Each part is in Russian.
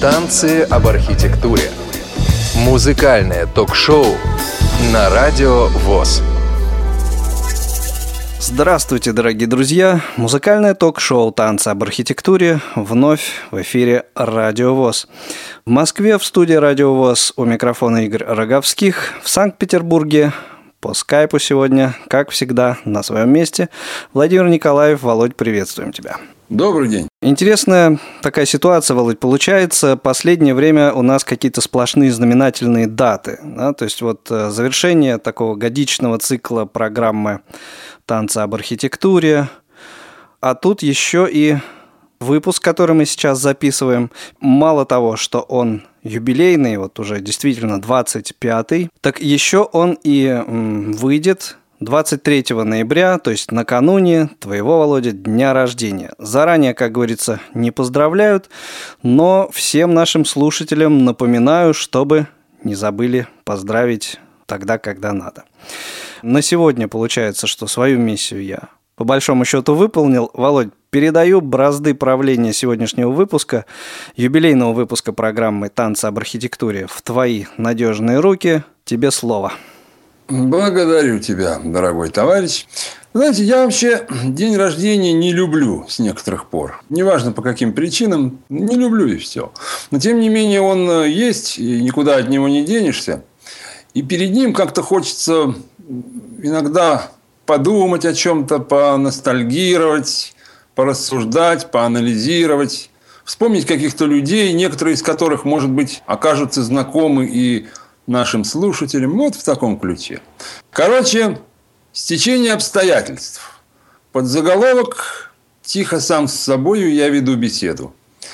Танцы об архитектуре. Музыкальное ток-шоу на Радио ВОС. Здравствуйте, дорогие друзья! Музыкальное ток-шоу «Танцы об архитектуре» вновь в эфире Радио ВОС. В Москве в студии Радио ВОС у микрофона Игорь Роговских. В Санкт-Петербурге по скайпу сегодня, как всегда, на своем месте Владимир Николаев. Володь, приветствуем тебя. Добрый день. Интересная такая ситуация, Володь, получается. Последнее время у нас какие-то сплошные знаменательные даты. Да? То есть вот завершение такого годичного цикла программы «Танцы об архитектуре». А тут еще и выпуск, который мы сейчас записываем. Мало того, что он юбилейный, вот уже действительно 25-й, так еще он и выйдет 23 ноября, то есть накануне твоего, Володя, дня рождения. Заранее, как говорится, не поздравляют, но всем нашим слушателям напоминаю, чтобы не забыли поздравить тогда, когда надо. На сегодня получается, что свою миссию я по большому счету выполнил. Володь, передаю бразды правления сегодняшнего выпуска, юбилейного выпуска программы «Танцы об архитектуре» в твои надежные руки. Тебе слово. Благодарю тебя, дорогой товарищ. Знаете, я вообще день рождения не люблю с некоторых пор. Неважно по каким причинам, не люблю и все. Но тем не менее он есть, и никуда от него не денешься. И перед ним как-то хочется иногда подумать о чем-то, поностальгировать, порассуждать, поанализировать, вспомнить каких-то людей, некоторые из которых, может быть, окажутся знакомы и нашим слушателям. Вот в таком ключе. Короче, стечение обстоятельств. Под заголовок «Тихо сам с собою я веду беседу».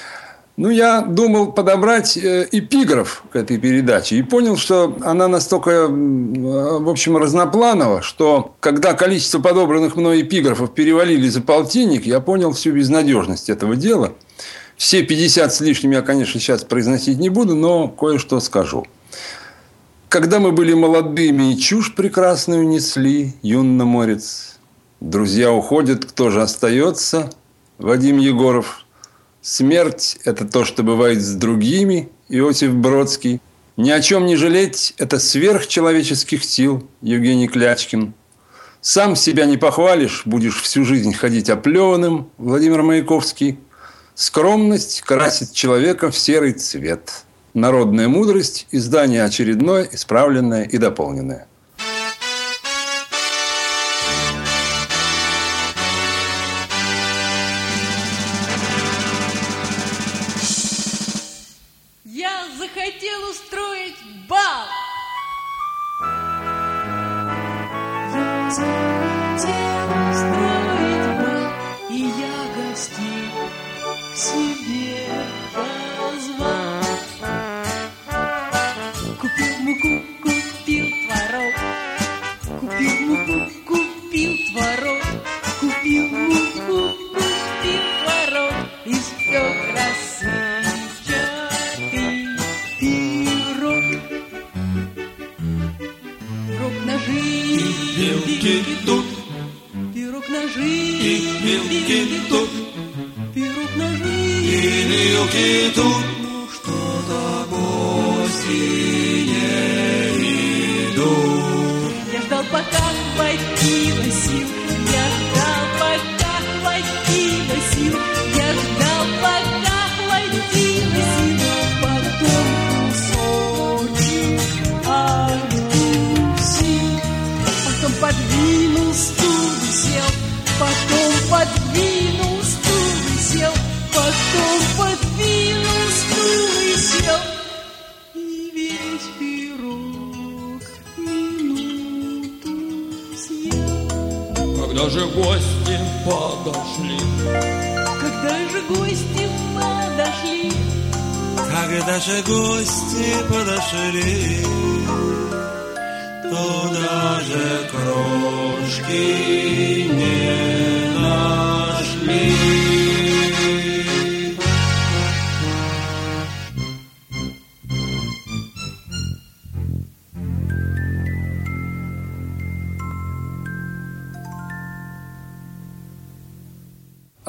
Я думал подобрать эпиграф к этой передаче и понял, что она настолько, в общем, разнопланова, что когда количество подобранных мной эпиграфов перевалили за полтинник, я понял всю безнадежность этого дела. Все 50 с лишним я, конечно, сейчас произносить не буду, но кое-что скажу. Когда мы были молодыми и чушь прекрасную несли, юнноморец, друзья уходят, кто же остается? Вадим Егоров. Смерть – это то, что бывает с другими, Иосиф Бродский. Ни о чем не жалеть – это сверхчеловеческих сил, Евгений Клячкин. Сам себя не похвалишь, будешь всю жизнь ходить оплеванным, Владимир Маяковский. Скромность красит человека в серый цвет. Народная мудрость. Издание очередное, исправленное и дополненное. Я захотел устроить бал. Я захотел устроить бал, и я гостей к себе позвал. Купил муку, купил творог. Купил муку, купил творог. Купил муку, купил творог. Испек рассыпчатый пирог. Пирог ножи и вилки тут. Пирог ножи и вилки тут. Пирог ножи и вилки тут. Ну что-то гости не идут. Я ждал, пока хватило сил. Я ждал, пока хватило сил. Я ждал, пока хватило сил. Потом кусочек откусил. Потом подвинул стул и сел. Потом подвинул стул и сел. Потом подвинул стул и сел. И весь пирог минуту съел. Когда же гости подошли? Когда же гости подошли? Когда же гости подошли? Туда же крошки не нашли.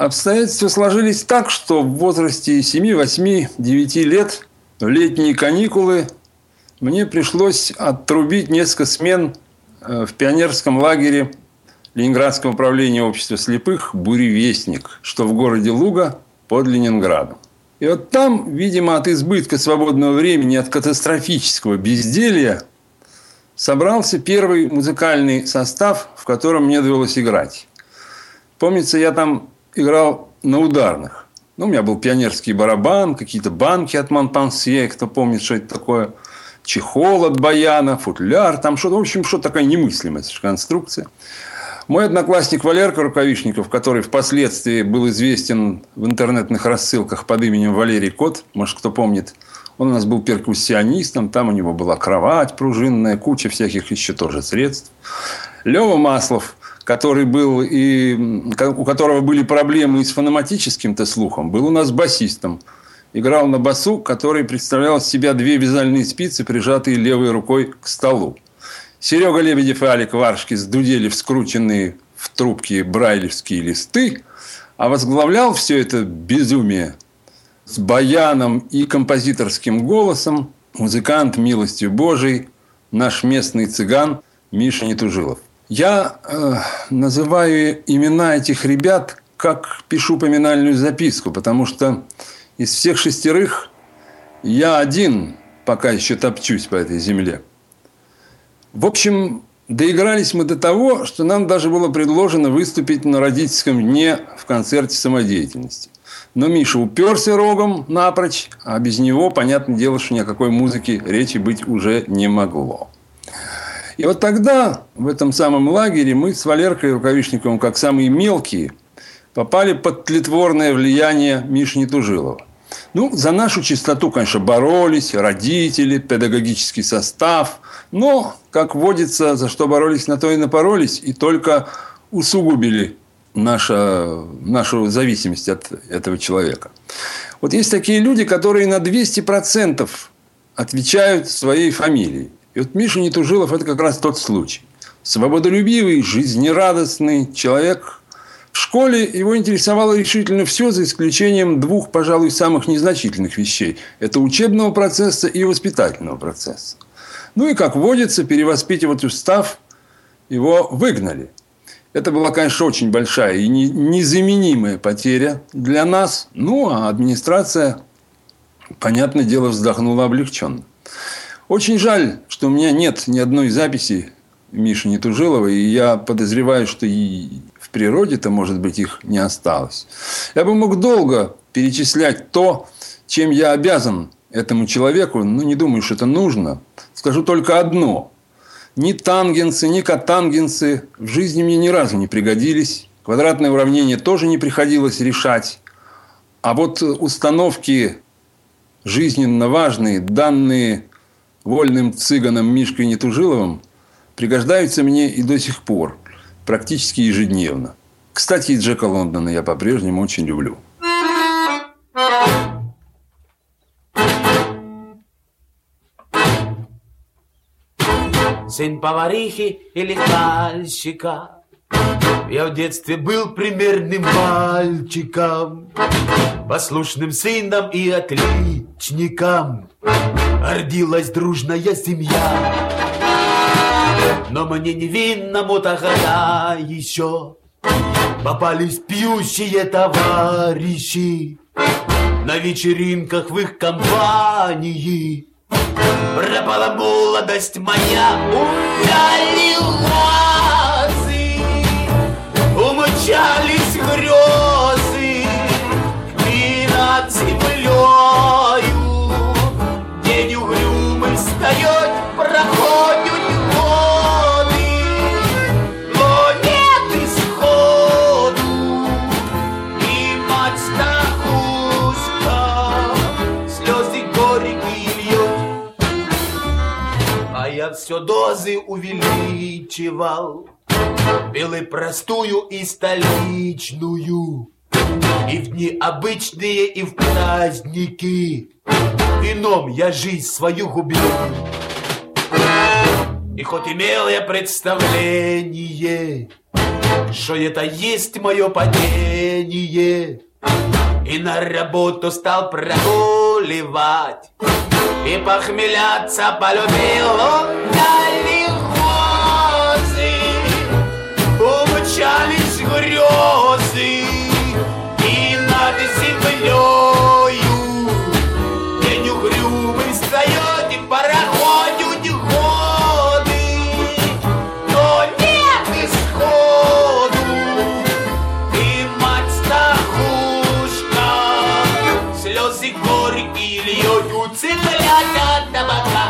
обстоятельства сложились так, что в возрасте 7, 8, 9 лет в летние каникулы мне пришлось отрубить несколько смен в пионерском лагере Ленинградского управления общества слепых «Буревестник», что в городе Луга под Ленинградом. И вот там, видимо, от избытка свободного времени, от катастрофического безделья собрался первый музыкальный состав, в котором мне довелось играть. Помнится, я там играл на ударных. У меня был пионерский барабан, какие-то банки от Монпансье, кто помнит, что это такое, чехол от баяна, футляр, там что-то, в общем, что-то такая немыслимая конструкция. Мой одноклассник Валерка Рукавишников, который впоследствии был известен в интернетных рассылках под именем Валерий Кот, может, кто помнит, он у нас был перкуссионистом, там у него была кровать пружинная, куча всяких еще тоже средств. Лёва Маслов, который был и у которого были проблемы и с фонематическим-то слухом, был у нас басистом. Играл на басу, который представлял из себя 2 вязальные спицы, прижатые левой рукой к столу. Серега Лебедев и Алик Варшкис дудели в скрученные в трубки брайлевские листы, а возглавлял все это безумие с баяном и композиторским голосом музыкант милостью Божией, наш местный цыган Миша Нетужилов. Я называю имена этих ребят, как пишу поминальную записку, потому что из всех 6 я один пока еще топчусь по этой земле. В общем, доигрались мы до того, что нам даже было предложено выступить на родительском дне в концерте самодеятельности. Но Миша уперся рогом напрочь, а без него, понятное дело, что ни о какой музыке речи быть уже не могло. И вот тогда, в этом самом лагере, мы с Валеркой Рукавишниковым, как самые мелкие, попали под тлетворное влияние Миши Нетужилова. За нашу чистоту, конечно, боролись родители, педагогический состав. Но, как водится, за что боролись, на то и напоролись. И только усугубили нашу зависимость от этого человека. Вот есть такие люди, которые на 200% отвечают своей фамилией. И вот Миша Нетужилов – это как раз тот случай. Свободолюбивый, жизнерадостный человек. В школе его интересовало решительно все, за исключением 2, пожалуй, самых незначительных вещей. Это учебного процесса и воспитательного процесса. И, как водится, перевоспитывать устав его выгнали. Это была, конечно, очень большая и незаменимая потеря для нас. А администрация, понятное дело, вздохнула облегченно. Очень жаль, что у меня нет ни одной записи Миши Нетужилова, и я подозреваю, что и в природе-то, может быть, их не осталось. Я бы мог долго перечислять то, чем я обязан этому человеку, не думаю, что это нужно. Скажу только одно. Ни тангенсы, ни котангенсы в жизни мне ни разу не пригодились. Квадратное уравнение тоже не приходилось решать. А вот установки жизненно важные, данные вольным цыганом Мишкой Нетужиловым, пригождаются мне и до сих пор, практически ежедневно. Кстати, и Джека Лондона я по-прежнему очень люблю. Сын поварихи или кальщика, я в детстве был примерным мальчиком, послушным сыном и отличником. Гордилась дружная семья, но мне невинному тогда еще попались пьющие товарищи на вечеринках в их компании. Пропала молодость моя, умяли лазы, умчались грезы, и над землею день угрюмый встает, проходят годы, но нет исходу, и мать-то узко слезы горькие льет. А я все дозы увеличивал, пил и простую, и столичную, и в дни обычные, и в праздники. Ином я жизнь свою губил. И хоть имел я представление, что это есть мое падение, настроение. И на работу стал прогуливать, и похмеляться полюбил он колхозы. Умчались грезы, и над землею день угрюмый встает, и проходят годы, но нет исходу. И мать-старушка слезы горькие льют, цыплята от табака.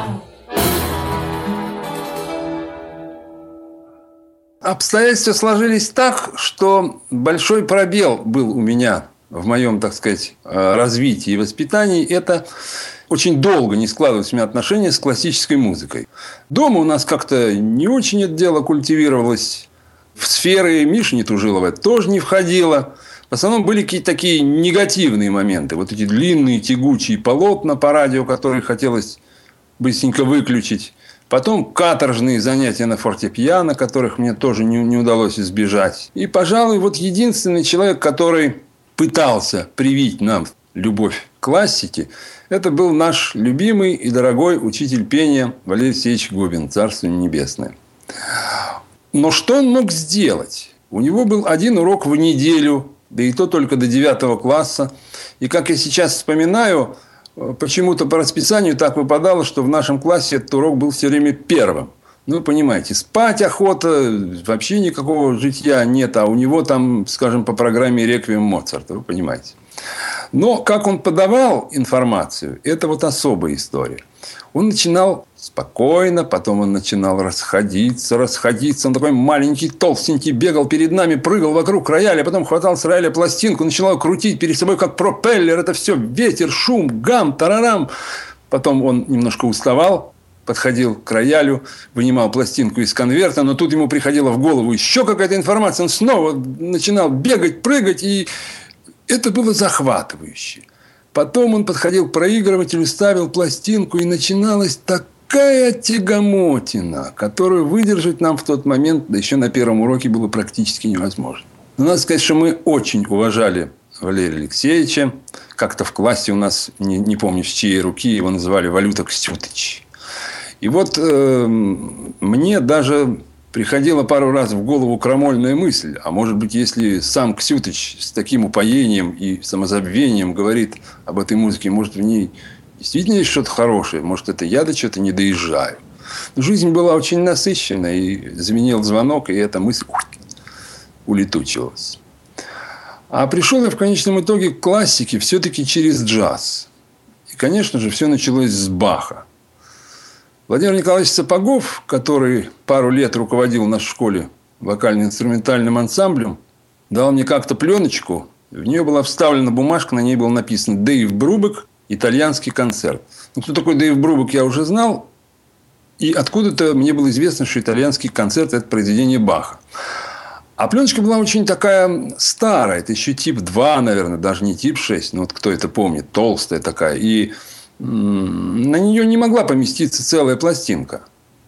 Обстоятельства сложились так, что большой пробел был у меня в моем, так сказать, развитии и воспитании. Это очень долго не складывалось у меня отношения с классической музыкой. Дома у нас как-то не очень это дело культивировалось. В сферы Миши Нетужилова это тоже не входило. В основном были какие-то такие негативные моменты. Вот эти длинные тягучие полотна по радио, которые хотелось быстренько выключить. Потом каторжные занятия на фортепиано, которых мне тоже не удалось избежать. И, пожалуй, вот единственный человек, который пытался привить нам любовь к классике, это был наш любимый и дорогой учитель пения Валерий Алексеевич Губин, царство небесное. Но что он мог сделать? У него был один урок в неделю, да и то только до 9 класса. И, как я сейчас вспоминаю, почему-то по расписанию так выпадало, что в нашем классе этот урок был все время первым. Ну, вы понимаете, спать охота, вообще никакого житья нет. А у него там, скажем, по программе «Реквием» Моцарта, вы понимаете. Но как он подавал информацию, это вот особая история. Он начинал спокойно, потом он начинал расходиться. Он такой маленький, толстенький, бегал перед нами, прыгал вокруг рояля, потом хватал с рояля пластинку, начинал крутить перед собой, как пропеллер. Это все ветер, шум, гам, тарарам. Потом он немножко уставал, подходил к роялю, вынимал пластинку из конверта, но тут ему приходила в голову еще какая-то информация. Он снова начинал бегать, прыгать, и это было захватывающе. Потом он подходил к проигрывателю, ставил пластинку, и начиналась такая тягомотина, которую выдержать нам в тот момент, да еще на первом уроке, было практически невозможно. Но надо сказать, что мы очень уважали Валерия Алексеевича. Как-то в классе у нас, не помню с чьей руки, его называли Валюта Кстютыч. И вот мне даже приходила пару раз в голову крамольная мысль. А может быть, если сам Ксютыч с таким упоением и самозабвением говорит об этой музыке, может, в ней действительно есть что-то хорошее. Может, это я до чего-то не доезжаю. Но жизнь была очень насыщенна. И заменил звонок, и эта мысль улетучилась. А пришел я в конечном итоге к классике все-таки через джаз. И, конечно же, все началось с Баха. Владимир Николаевич Сапогов, который пару лет руководил в нашей школе вокально-инструментальным ансамблем, дал мне как-то пленочку. В нее была вставлена бумажка, на ней было написано «Дэйв Брубек. Итальянский концерт». Ну, кто такой Дэйв Брубек, я уже знал. И откуда-то мне было известно, что итальянский концерт – это произведение Баха. А пленочка была очень такая старая. Это еще тип 2, наверное, даже не тип 6. Ну, вот кто это помнит. Толстая такая. И на нее не могла поместиться целая пластинка.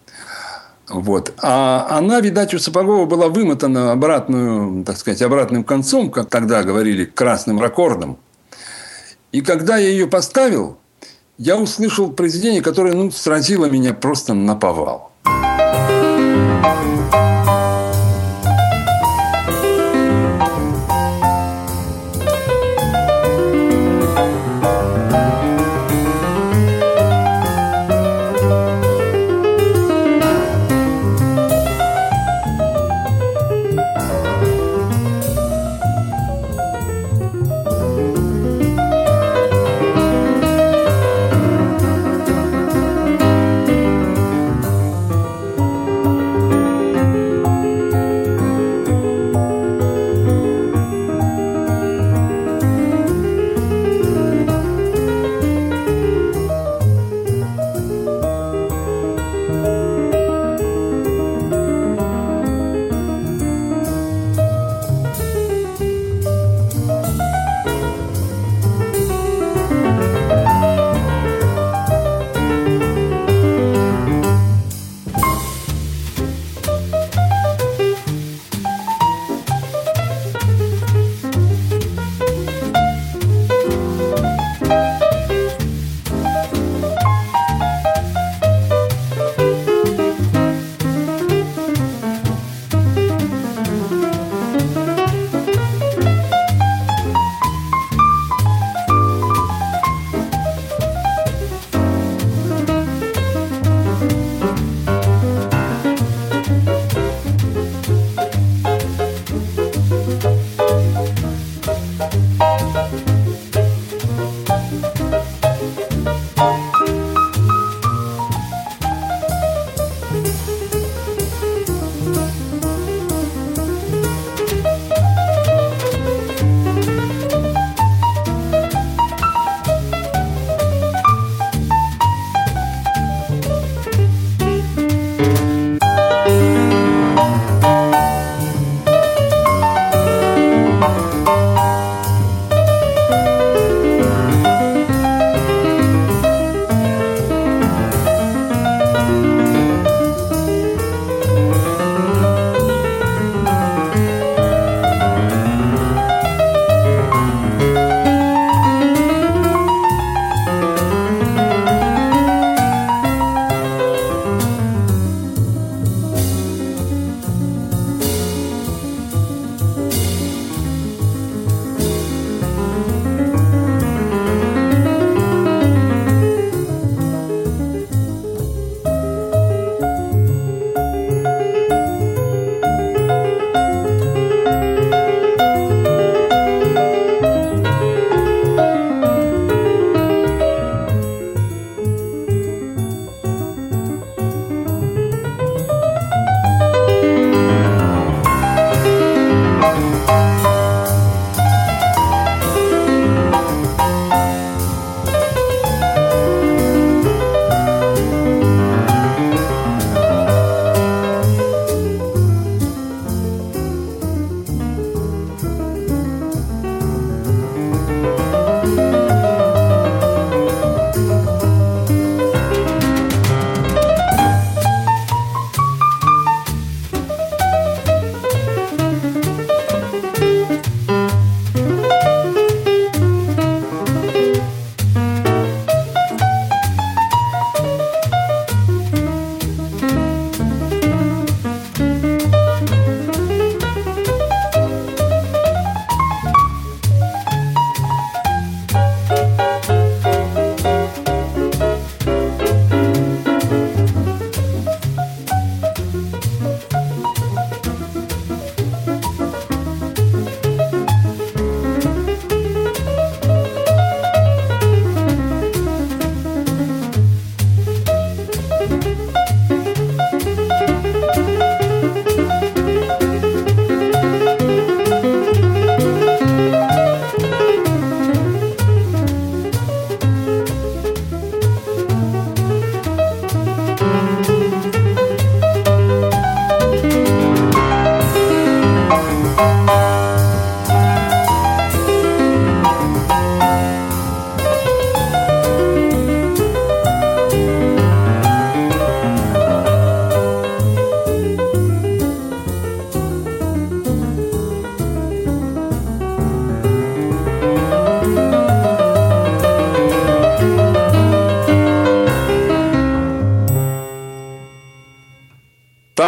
Вот. А она, видать, у Сапогова была вымотана обратным концом, как тогда говорили, красным ракордом. И когда я ее поставил, я услышал произведение, которое сразило меня просто наповал.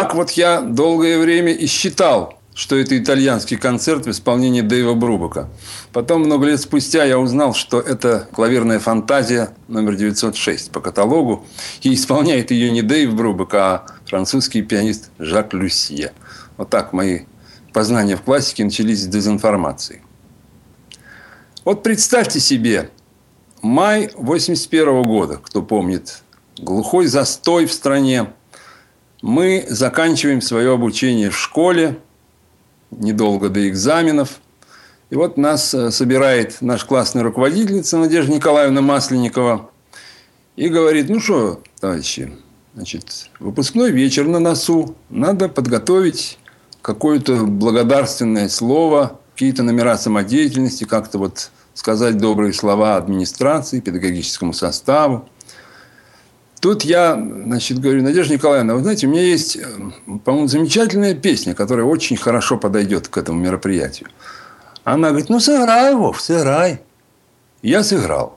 Так вот я долгое время и считал, что это итальянский концерт в исполнении Дэйва Брубака. Потом, много лет спустя, я узнал, что это клавирная фантазия номер 906 по каталогу. И исполняет ее не Дэйв Брубак, а французский пианист Жак Люсье. Вот так мои познания в классике начались с дезинформации. Вот представьте себе, май 1981 года, кто помнит, глухой застой в стране. Мы заканчиваем свое обучение в школе, недолго до экзаменов. И вот нас собирает наша классная руководительница Надежда Николаевна Масленникова и говорит: ну что, товарищи, значит, выпускной вечер на носу, надо подготовить какое-то благодарственное слово, какие-то номера самодеятельности, как-то вот сказать добрые слова администрации, педагогическому составу. Тут я, значит, говорю: Надежда Николаевна, вы знаете, у меня есть, по-моему, замечательная песня, которая очень хорошо подойдет к этому мероприятию. Она говорит: ну, сыграй, Вов, сыграй. Я сыграл.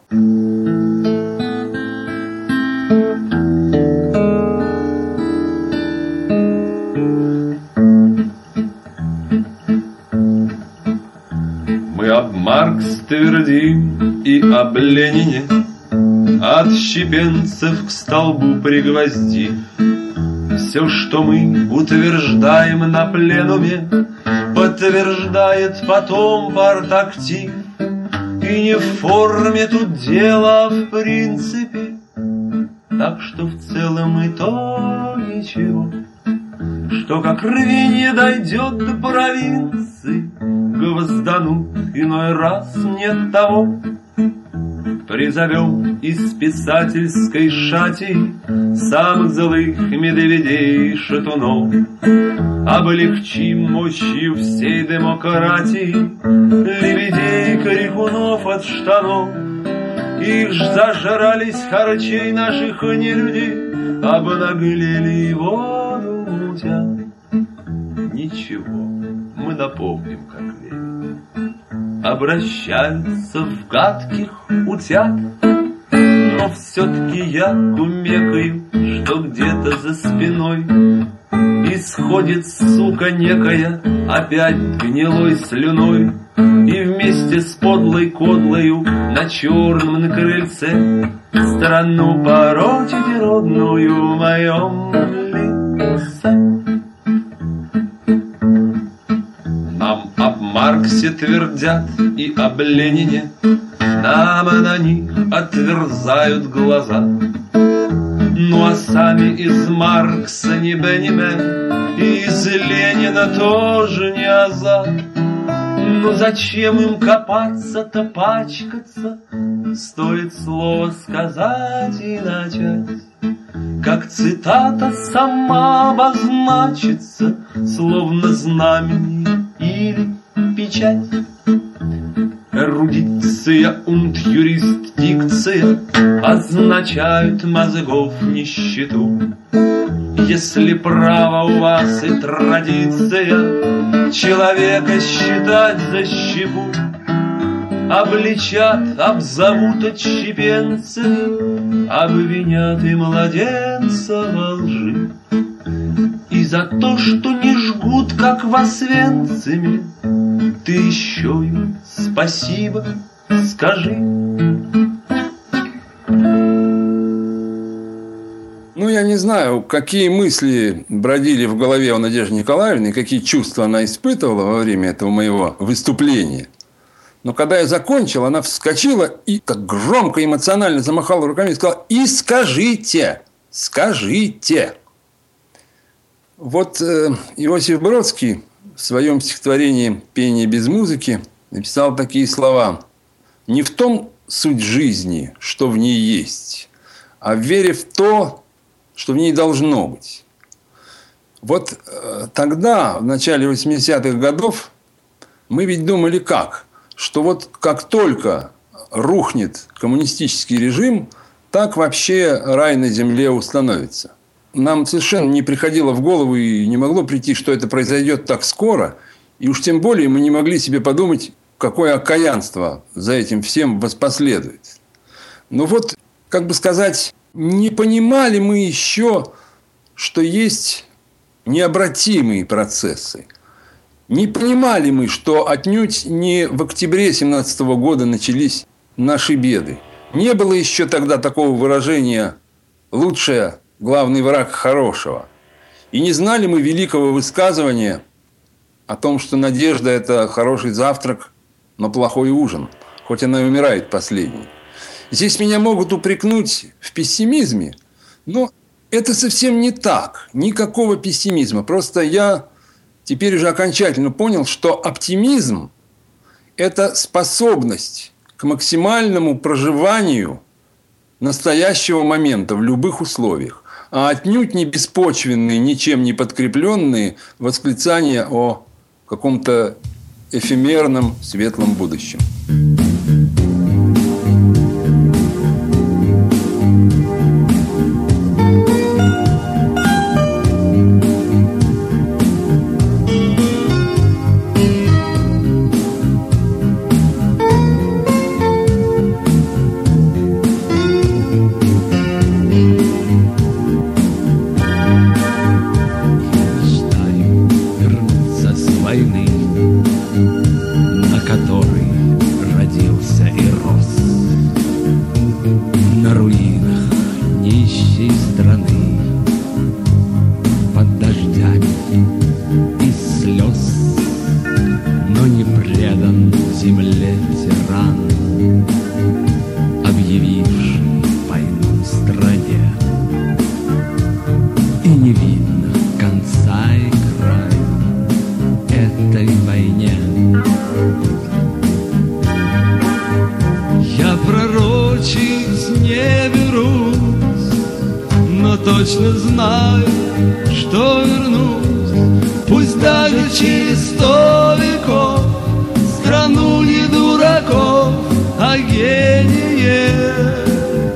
Мы об Маркс твердим и об Ленине, отщепенцев к столбу пригвоздив. Все, что мы утверждаем на пленуме, подтверждает потом партактив. И не в форме тут дело, а в принципе. Так что в целом и то ничего, что как рвенье дойдет до провинции, гвозданут иной раз нет того. Призовем из писательской шати самых злых медведей шатунов. Облегчим мощью всей демократии лебедей крикунов от штанов. Их ж зажрались харчей наших нелюди, обнаглели и воду мутят. Ничего, мы напомним, как верить. Обращаются в гадких утят. Но все-таки я кумекаю, что где-то за спиной исходит, сука некая, опять гнилой слюной. И вместе с подлой кодлою на черном на крыльце страну порочить родную в моем лице. Нам об Марксе твердят и об Ленине, нам на них отверзают глаза. Ну а сами из Маркса не Беннимен, и из Ленина тоже не аза. Но зачем им копаться-то, пачкаться? Стоит слово сказать и начать, как цитата сама обозначится, словно знамение или печать. Эрудиция und юрисдикция означают мозгов нищету. Если право у вас и традиция человека считать за щепу, обличат, обзовут отщепенцами, обвинят и младенца во лжи. И за то, что не жгут, как в Освенциме, ты еще им спасибо скажи. Ну, я не знаю, какие мысли бродили в голове у Надежды Николаевны, какие чувства она испытывала во время этого моего выступления. Но когда я закончил, она вскочила и так громко, эмоционально замахала руками и сказала: и скажите, скажите. Вот Иосиф Бродский в своем стихотворении «Пение без музыки» написал такие слова: «Не в том суть жизни, что в ней есть, а в вере в то, что в ней должно быть». Вот тогда, в начале 80-х годов, мы ведь думали как? Что вот как только рухнет коммунистический режим, так вообще рай на земле установится. Нам совершенно не приходило в голову и не могло прийти, что это произойдет так скоро. И уж тем более мы не могли себе подумать, какое окаянство за этим всем воспоследует. Но вот, как бы сказать, не понимали мы еще, что есть необратимые процессы. Не понимали мы, что отнюдь не в октябре 1917 года начались наши беды. Не было еще тогда такого выражения «лучшее – главный враг хорошего». И не знали мы великого высказывания о том, что надежда – это хороший завтрак, но плохой ужин, хоть она и умирает последней. Здесь меня могут упрекнуть в пессимизме, но это совсем не так. Никакого пессимизма. Просто я теперь уже окончательно понял, что оптимизм – это способность к максимальному проживанию настоящего момента в любых условиях, а отнюдь не беспочвенные, ничем не подкрепленные восклицания о каком-то эфемерном светлом будущем. Точно знаю, что вернусь, пусть даже через 100 веков, в страну не дураков, а гениев.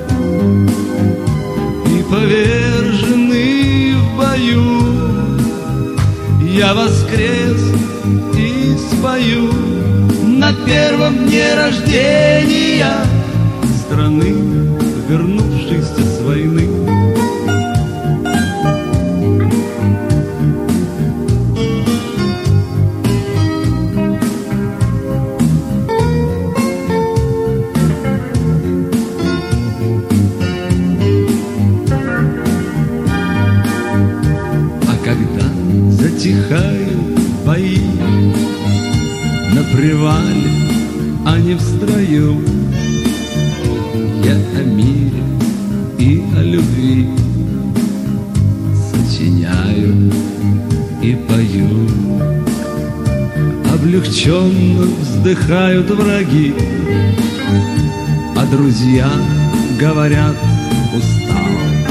И поверженный в бою, я воскрес и спою на первом дне рождения страны, вернувшейся с войны. Затихают бои на привале, а не в строю. Я о мире и о любви сочиняю и пою. Облегченно вздыхают враги, а друзья говорят устал.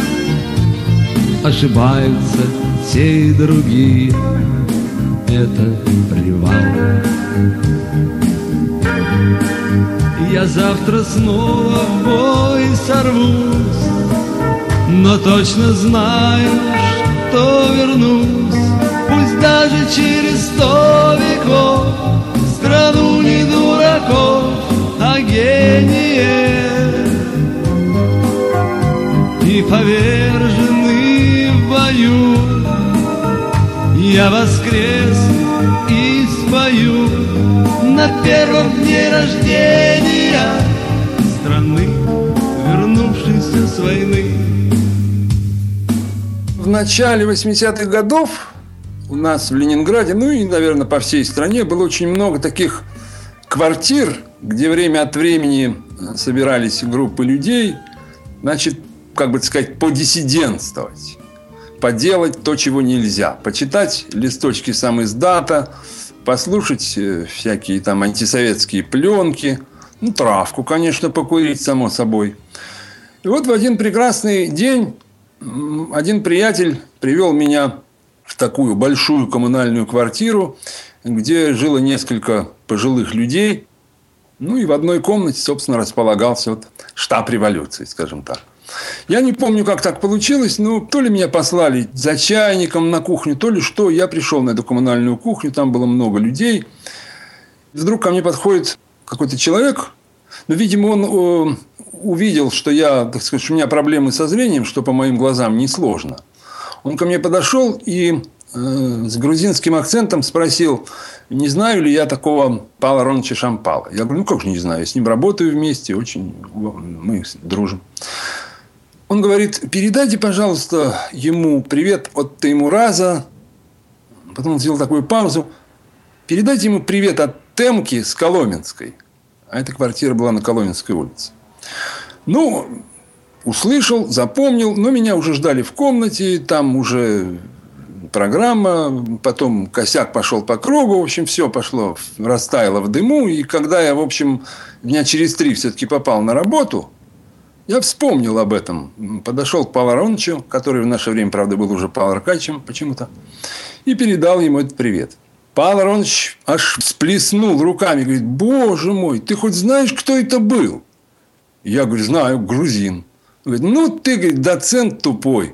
Ошибаются те и другие, это привал. Я завтра снова в бой сорвусь, но точно знаю, что вернусь, пусть даже через 100 веков, в страну не дураков, а гениев. И поверженный в бою, я воскрес и спою на первом дне рождения страны, вернувшейся с войны. В начале 80-х годов у нас в Ленинграде, ну и, наверное, по всей стране было очень много таких квартир, где время от времени собирались группы людей, значит, как бы сказать, подиссидентствовать. Поделать то, чего нельзя. Почитать листочки самиздата, послушать всякие там антисоветские пленки, ну, травку, конечно, покурить, само собой. И вот в один прекрасный день один приятель привел меня в такую большую коммунальную квартиру, где жило несколько пожилых людей. Ну, и в одной комнате, собственно, располагался вот штаб революции, скажем так. Я не помню, как так получилось, но то ли меня послали за чайником на кухню, то ли что. Я пришел на эту коммунальную кухню, там было много людей. Вдруг ко мне подходит какой-то человек, но, видимо, он увидел, что я, так сказать, у меня проблемы со зрением, что по моим глазам несложно. Он ко мне подошел и с грузинским акцентом спросил, не знаю ли я такого Павла Ароновича Шампала. Я говорю, ну как же не знаю, я с ним работаю вместе, очень мы дружим. Он говорит, передайте, пожалуйста, ему привет от Теймураза. Потом он сделал такую паузу. Передайте ему привет от Темки с Коломенской. А эта квартира была на Коломенской улице. Ну, услышал, запомнил. Но меня уже ждали в комнате. Там уже программа. Потом косяк пошел по кругу. В общем, все пошло, растаяло в дыму. И когда я, в общем, дня через 3 все-таки попал на работу, я вспомнил об этом. Подошел к Павлу Ароновичу, который в наше время, правда, был уже Павлом Аркадьевичем почему-то, и передал ему этот привет. Павел Аронович аж всплеснул руками, говорит, боже мой, ты хоть знаешь, кто это был? Я говорю, знаю, грузин. Он говорит, ну ты, говорит, доцент тупой.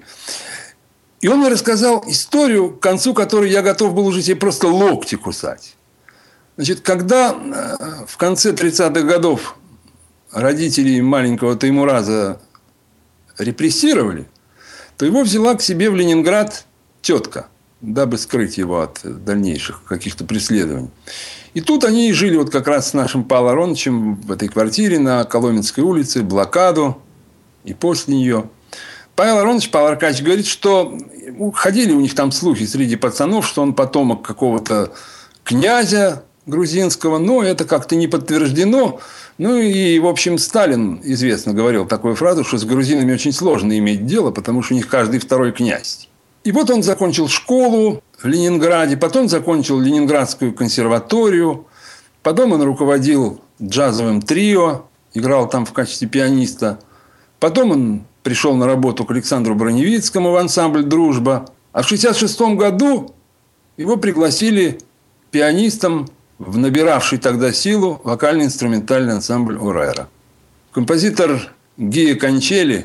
И он мне рассказал историю, к концу которой я готов был уже себе просто локти кусать. Значит, когда в конце 30-х годов родителей маленького Теймураза репрессировали, то его взяла к себе в Ленинград тетка, дабы скрыть его от дальнейших каких-то преследований. И тут они и жили вот как раз с нашим Павлом Ароновичем в этой квартире на Коломенской улице, блокаду и после нее. Павел Аронович, Павел Аркадьевич говорит, что ходили у них там слухи среди пацанов, что он потомок какого-то князя грузинского, но это как-то не подтверждено. Ну и, в общем, Сталин, известно, говорил такую фразу, что с грузинами очень сложно иметь дело, потому что у них каждый второй князь. И вот он закончил школу в Ленинграде, потом закончил Ленинградскую консерваторию, потом он руководил джазовым трио, играл там в качестве пианиста, потом он пришел на работу к Александру Броневицкому в ансамбль «Дружба», а в 1966 году его пригласили пианистом в набиравший тогда силу вокально-инструментальный ансамбль «Урера». Композитор Гия Кончели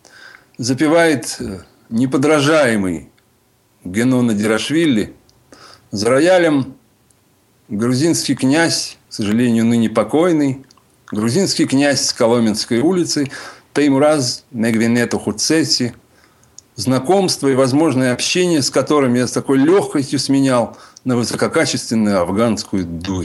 запевает неподражаемый Генона Дирашвили. За роялем грузинский князь, к сожалению, ныне покойный, грузинский князь с Коломенской улицы Теймураз Мегвинету Хуцеси, знакомство и возможное общение с которым я с такой легкостью сменял на высококачественную афганскую дурь.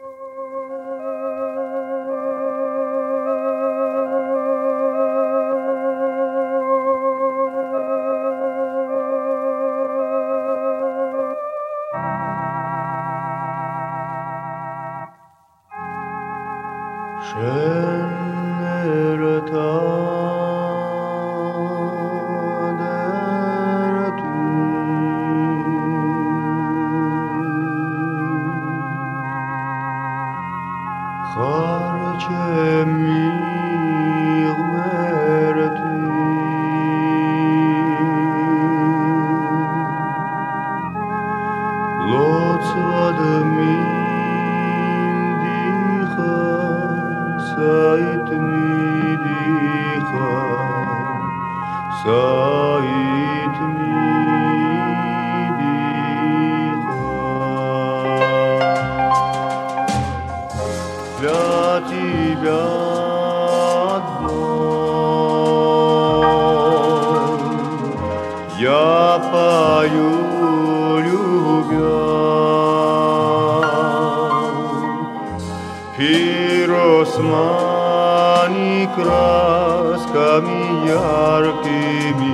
Пиросмани красками яркими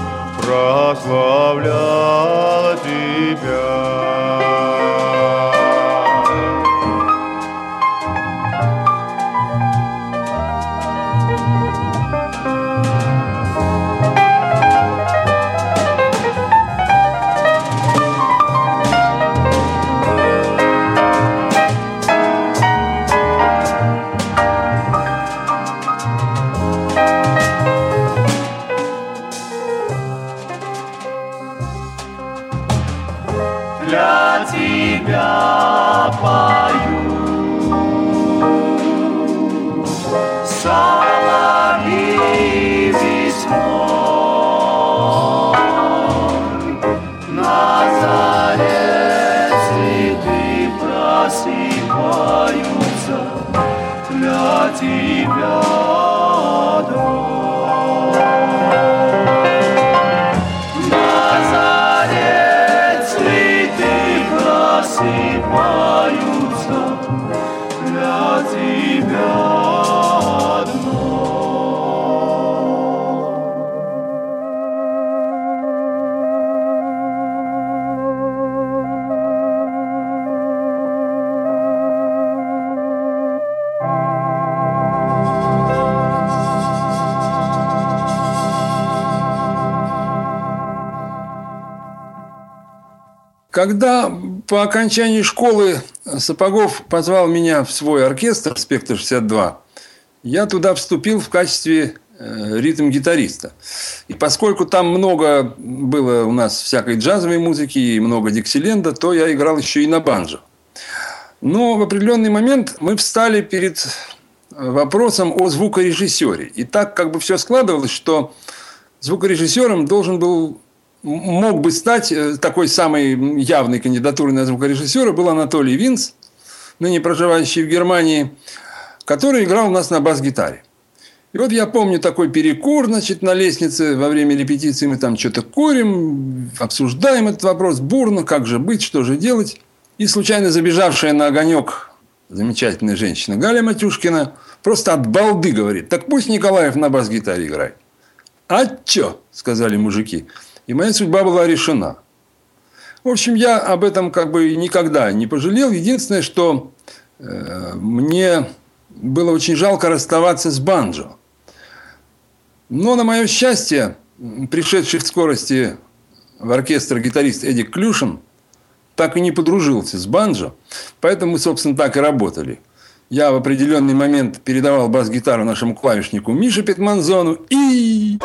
прославлял тебя. Для тебя Когда по окончании школы Сапогов позвал меня в свой оркестр «Спектр-62», я туда вступил в качестве ритм-гитариста. И поскольку там много было у нас всякой джазовой музыки и много диксиленда, то я играл еще и на банджо. Но в определенный момент мы встали перед вопросом о звукорежиссере. И так как бы все складывалось, что звукорежиссером мог бы стать такой самой явной кандидатурой на звукорежиссера был Анатолий Винц, ныне проживающий в Германии, который играл у нас на бас-гитаре. И вот я помню такой перекур, на лестнице во время репетиции. Мы там что-то курим, обсуждаем этот вопрос бурно, как же быть, что же делать. И случайно забежавшая на огонек замечательная женщина Галя Матюшкина просто от балды говорит: так пусть Николаев на бас-гитаре играет. А чё? Сказали мужики. И моя судьба была решена. В общем, я об этом как бы никогда не пожалел. Единственное, что мне было очень жалко расставаться с банджо. Но, на мое счастье, пришедший в скорости в оркестр гитарист Эдик Клюшин так и не подружился с банджо. Поэтому мы, собственно, так и работали. Я в определенный момент передавал бас-гитару нашему клавишнику Мише Петманзону и...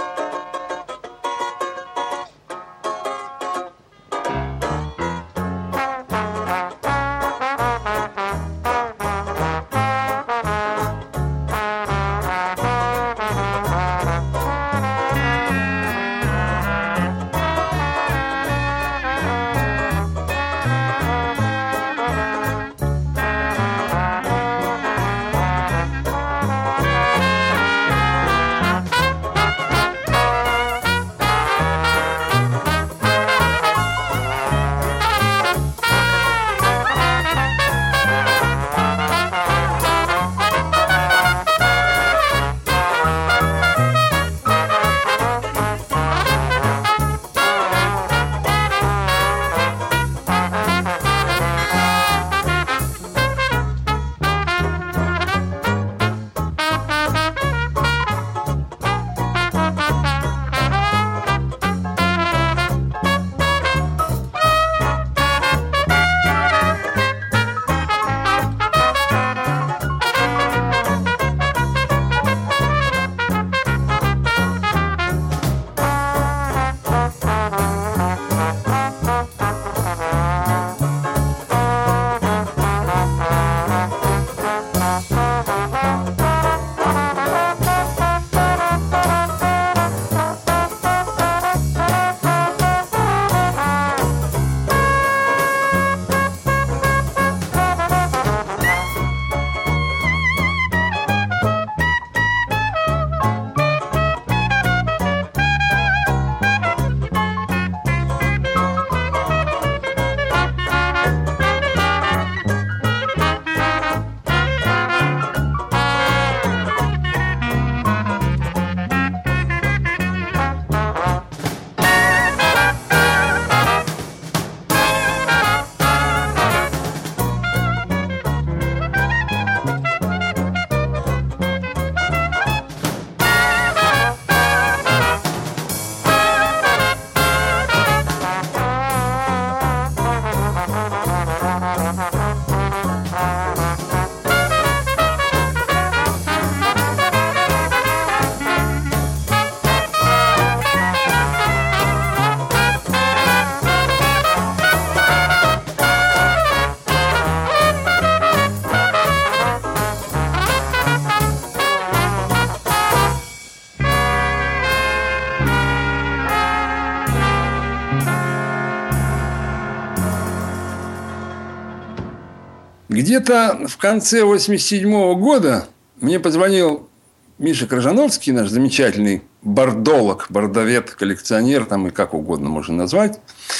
Где-то в конце 1987 года мне позвонил Миша Крыжановский, наш замечательный бардолог, бардовед, коллекционер, там и как угодно можно назвать,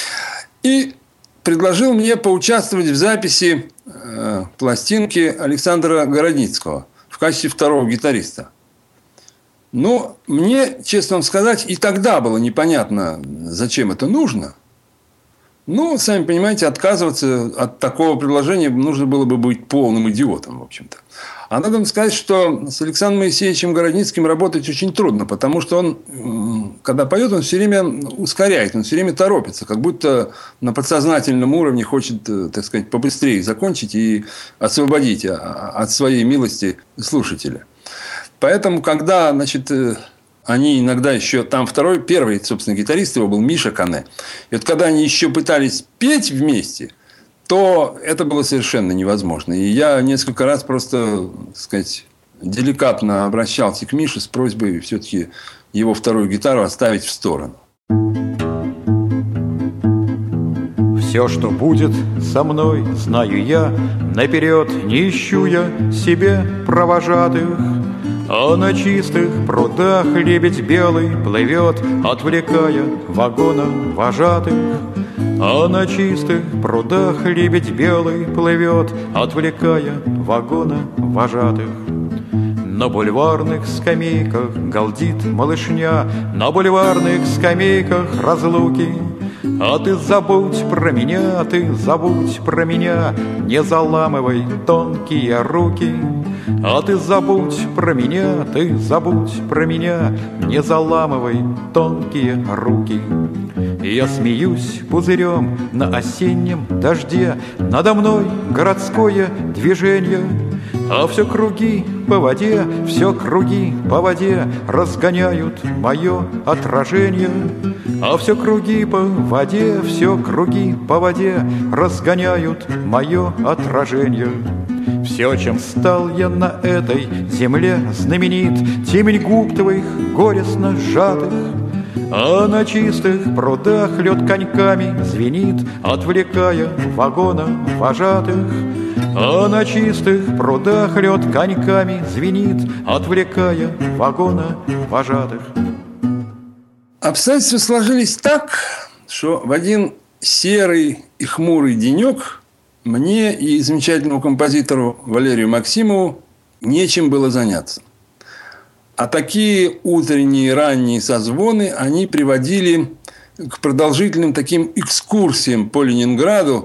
и предложил мне поучаствовать в записи пластинки Александра Городницкого в качестве второго гитариста. Но мне, честно вам сказать, и тогда было непонятно, зачем это нужно. Ну, сами понимаете, отказываться от такого предложения нужно было бы быть полным идиотом, в общем-то. А надо вам сказать, что с Александром Моисеевичем Городницким работать очень трудно, потому что он когда поет, он все время ускоряет, он все время торопится, как будто на подсознательном уровне хочет, так сказать, побыстрее закончить и освободить от своей милости слушателя. Поэтому, когда, значит, они иногда еще... Там первый, собственно, гитарист его был Миша Кане. И вот когда они еще пытались петь вместе, то это было совершенно невозможно. И я несколько раз просто, так сказать, деликатно обращался к Мише с просьбой все-таки его вторую гитару оставить в сторону. Все, что будет со мной, знаю я, наперед не ищу я себе провожатых. А на чистых прудах лебедь белый плывет, отвлекая вагона вожатых. А на чистых прудах лебедь белый плывет, отвлекая вагона вожатых. На бульварных скамейках галдит малышня, на бульварных скамейках разлуки. А ты забудь про меня, ты забудь про меня, не заламывай тонкие руки. А ты забудь про меня, ты забудь про меня, не заламывай тонкие руки. Я смеюсь пузырем на осеннем дожде, надо мной городское движение. А все круги по воде, все круги по воде разгоняют мое отражение. А все круги по воде, все круги по воде разгоняют мое отражение. Все, чем стал я на этой земле знаменит, темень губ твоих горестно сжатых. А на чистых прудах лед коньками звенит, отвлекая вагона вожатых. А на чистых прудах лед коньками звенит, отвлекая вагона вожатых. Обстоятельства сложились так, что в один серый и хмурый денек мне и замечательному композитору Валерию Максимову нечем было заняться. А такие утренние ранние созвоны, они приводили к продолжительным таким экскурсиям по Ленинграду,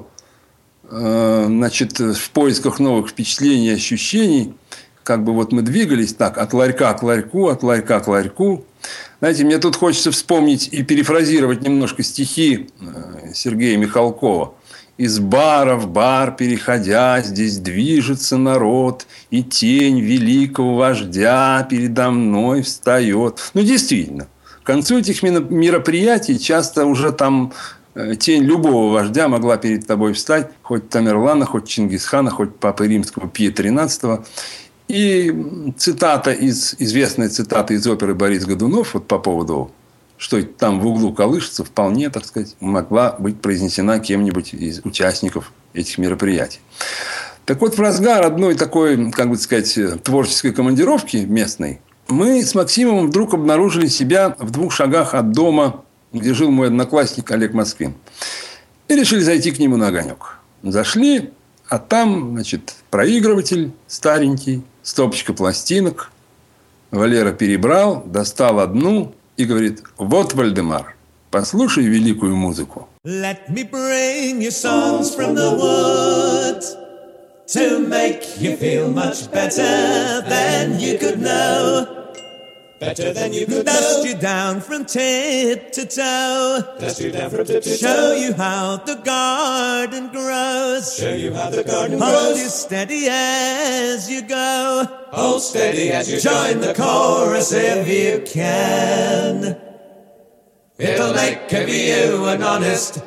значит, в поисках новых впечатлений и ощущений. Как бы вот мы двигались так от ларька к ларьку, от ларька к ларьку. Знаете, мне тут хочется вспомнить и перефразировать немножко стихи Сергея Михалкова. «Из бара в бар переходя, здесь движется народ, и тень великого вождя передо мной встает». Ну, действительно, к концу этих мероприятий часто уже там тень любого вождя могла перед тобой встать, хоть Тамерлана, хоть Чингисхана, хоть Папы Римского Пия XIII. И известная цитата из оперы «Борис Годунов» вот по поводу, что там в углу колышется, вполне, так сказать, могла быть произнесена кем-нибудь из участников этих мероприятий. Так вот, в разгар одной такой, как бы сказать, творческой командировки местной, мы с Максимом вдруг обнаружили себя в 2 шагах от дома, где жил мой одноклассник Олег Москвин. И решили зайти к нему на огонек. Зашли, а там, значит, проигрыватель старенький, стопочка пластинок. Валера перебрал, достал одну и говорит: вот, Вальдемар, послушай великую музыку. Let me bring you songs from the woods to make you feel much better than you could know. Better than you could dust know. You down from tip to toe. Dust you down from tip to toe. Show you how the garden grows. Show you how the garden grows. Hold you steady as you go. Hold steady as you join the chorus if you can. It'll make of you an honest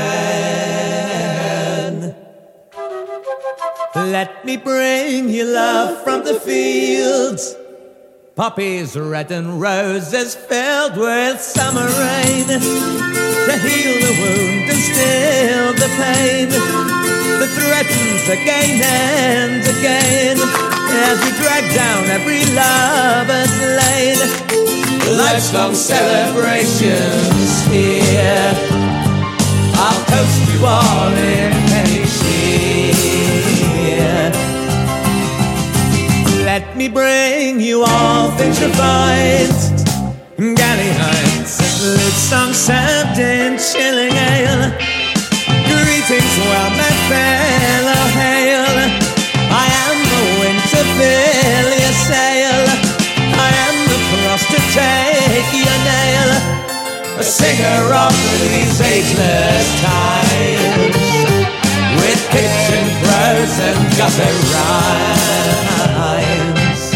man. Let me bring you love from the fields. Poppies red and roses filled with summer rain to heal the wound and still the pain that threatens again and again as we drag down every lover's lane. Life's long celebrations here. I'll toast you all in any cheer. Let me bring you all things refined. Galley Heights, lute song served in chilling ale. Greetings, well met fellow, hail. I am the wind to fill your sail. I am the frost to take your nail. singer of these ageless times, with kitchen prose and gutter rhymes.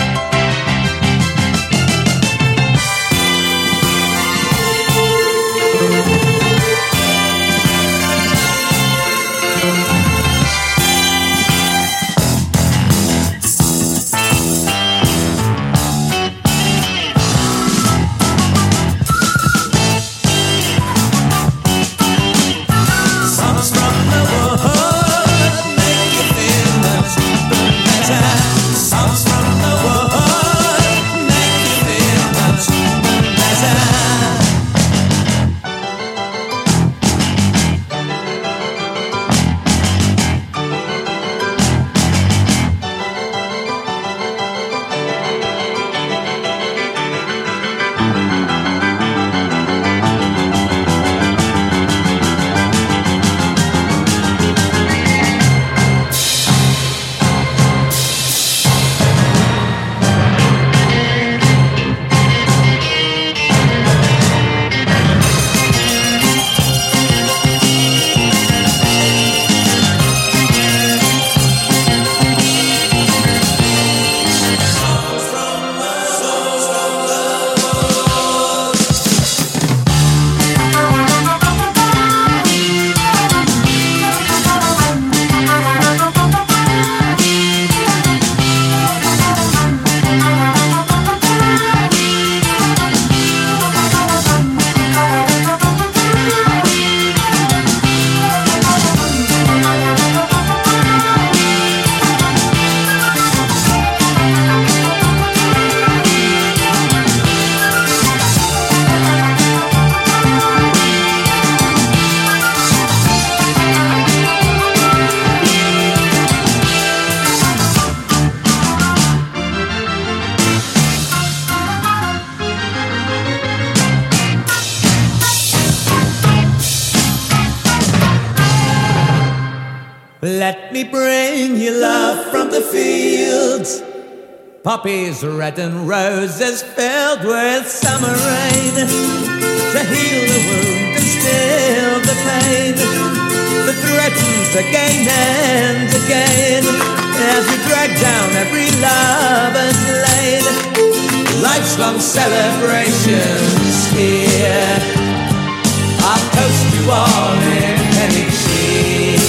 Let me bring you love from the fields, poppies red and roses filled with summer rain, to heal the wound and still the pain that threatens again and again, as we drag down every lover's lane. Life's long celebrations here, I'll toast you all in any cheer.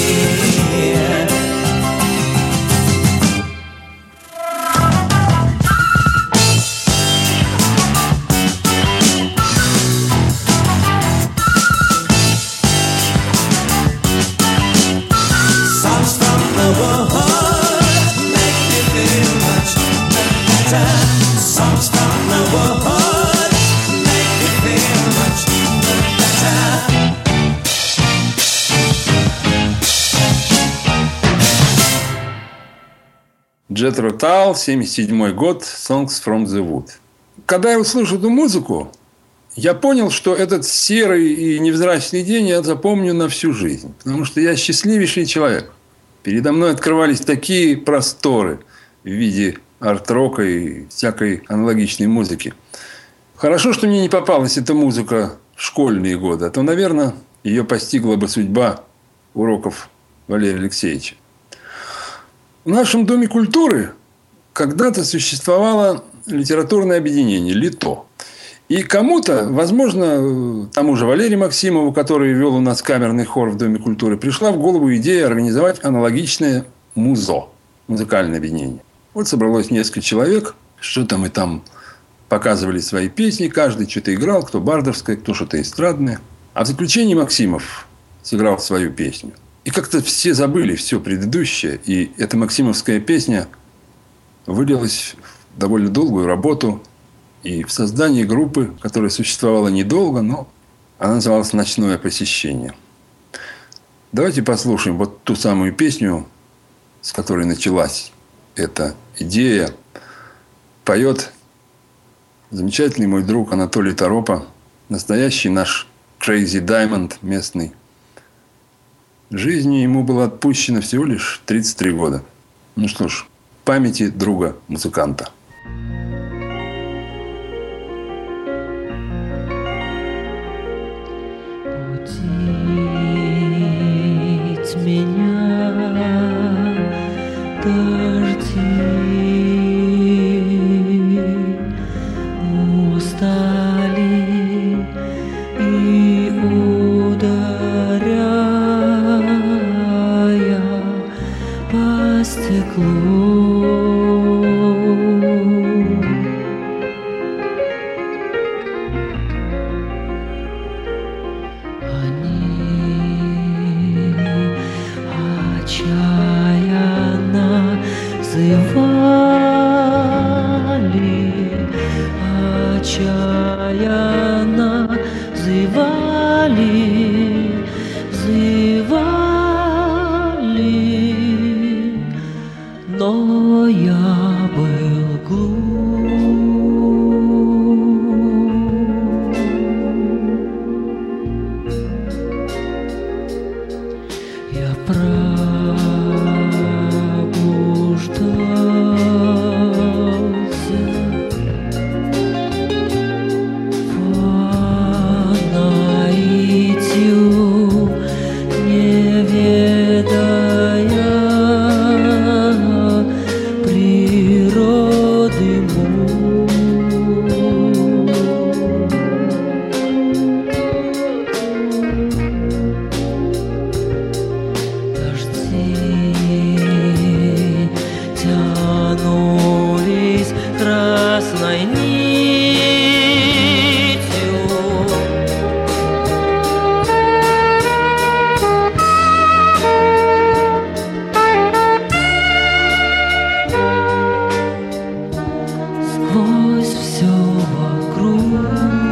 Джетро Тал, 1977 год, Songs from the Wood. Когда я услышал эту музыку, я понял, что этот серый и невзрачный день я запомню на всю жизнь. Потому что я счастливейший человек. Передо мной открывались такие просторы в виде арт-рока и всякой аналогичной музыки. Хорошо, что мне не попалась эта музыка в школьные годы, а то, наверное, ее постигла бы судьба уроков Валерия Алексеевича. В нашем Доме культуры когда-то существовало литературное объединение «Лито». И кому-то, возможно, тому же Валерию Максимову, который вел у нас камерный хор в Доме культуры, пришла в голову идея организовать аналогичное МУЗО, музыкальное объединение. Вот собралось несколько человек, что там и там показывали свои песни, каждый что-то играл, кто бардовское, кто что-то эстрадное. А в заключении Максимов сыграл свою песню. И как-то все забыли все предыдущее. И эта максимовская песня вылилась в довольно долгую работу и в создании группы, которая существовала недолго, но она называлась «Ночное посещение». Давайте послушаем вот ту самую песню, с которой началась эта идея. Поет замечательный мой друг Анатолий Торопа, настоящий наш Crazy Diamond местный. Жизни ему было отпущено всего лишь 33 года. Ну что ж, памяти друга-музыканта. устали и ударяя по стеклу. Отчаянно взывали, но я был глуп. Я пробуждался не ведая природы дожди тянулись красной нитью. Сквозь все вокруг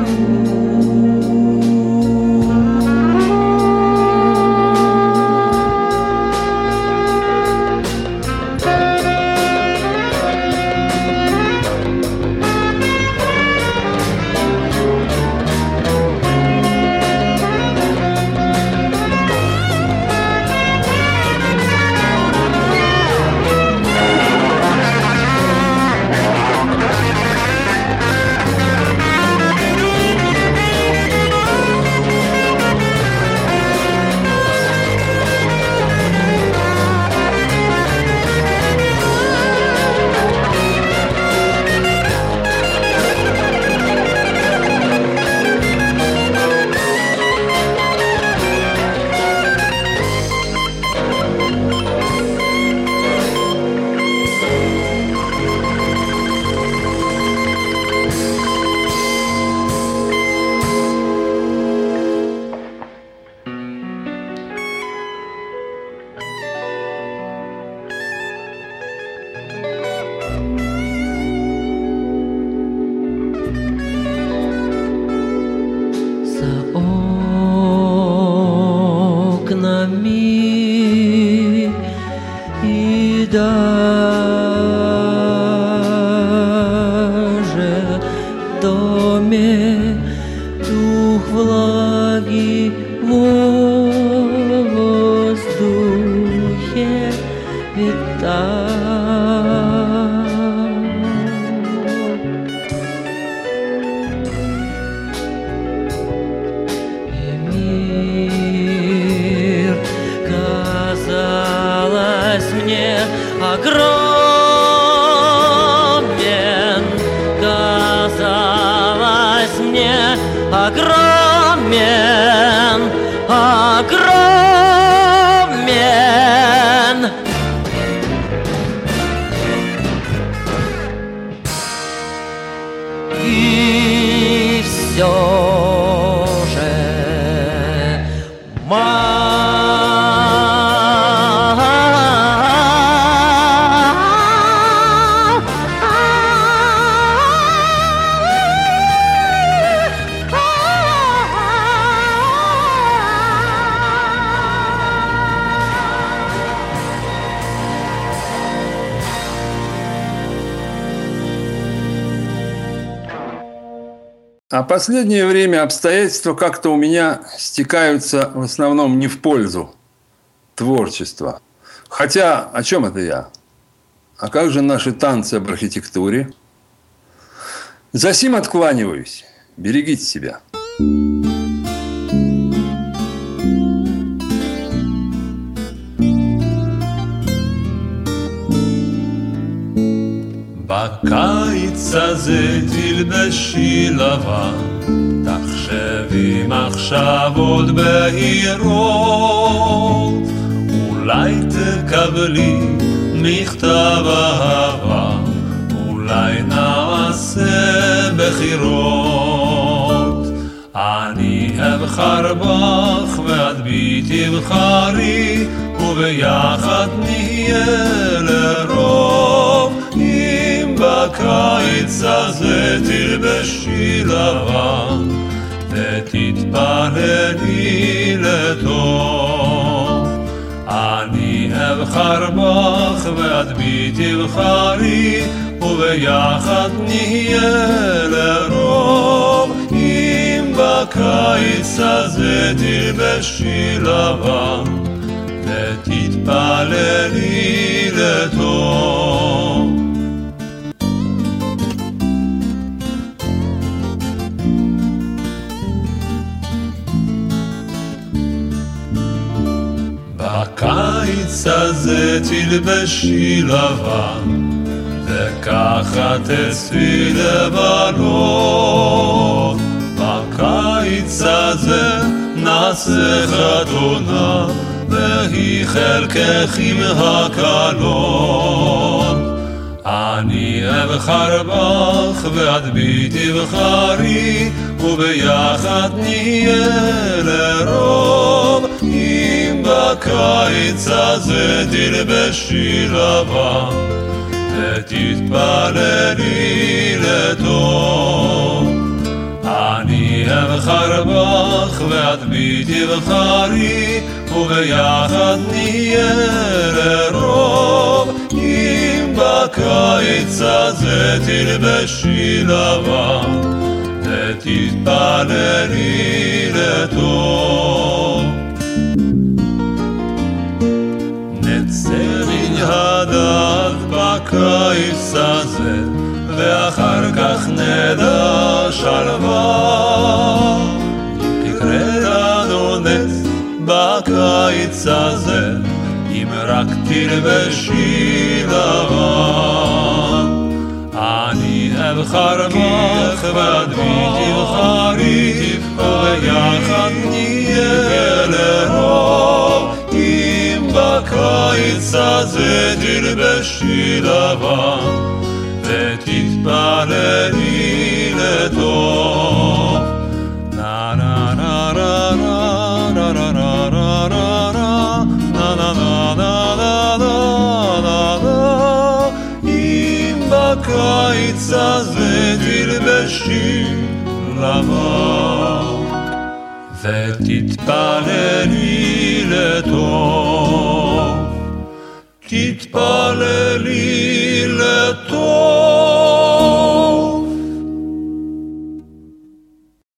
окнами и даже в доме дух влаги в воздухе витал. Мне огромен, казалось мне огромен, огромен. И все же А последнее время обстоятельства как-то у меня стекаются в основном не в пользу творчества. Хотя, о чем это я? А как же наши танцы об архитектуре? Засим откланиваюсь. Берегите себя. Бока и בקיץ הזה תלבשי לבן, תחשבי מחשבות בהירות, אולי תקבלי מכתב אהבה, אולי נעשה בחירות. אני אבחר בך ואת בי תבחרי, וביחד נהיה לרוב. אם בקיץ הזה תלבשי לבן ותתפללי לטוב, אני אבחר בך ואת בי תבחרי, וביחד נהיה לרוב. אם בקיץ הזה תלבשי לבן ותתפללי לטוב. בקיץ הזה תלבשי לבן, וככה תצאי לבלות. בקיץ הזה נעשה חתונה, והיא חלקך עם הקלון. אני אבחר בך ואת בי תבחרי, וביחד נהיה לרוב. אם בקיץ הזה תלבשי לבן ותתפללי לטוב, אני אבחר בך ואת בי תבחרי, וביחד נהיה לרוב. אם בקיץ הזה תלבשי לבן ותתפללי לטוב. נצא מן הדעת בקיץ הזה, ואחר כך נדע שלווה. יקרה לנו נס בקיץ הזה, אם רק תלבשי לבן. אני אבחר בך ואת בי תבחרי, וביחד נהיה לרוב. אם בקיץ הזה תלבשי לבן ותתפללי לטוב. na na na na na na na na na na na na na na. אם בקיץ הזה תלבשי לבן ותתפללי לטוב, תתפללי לטוב.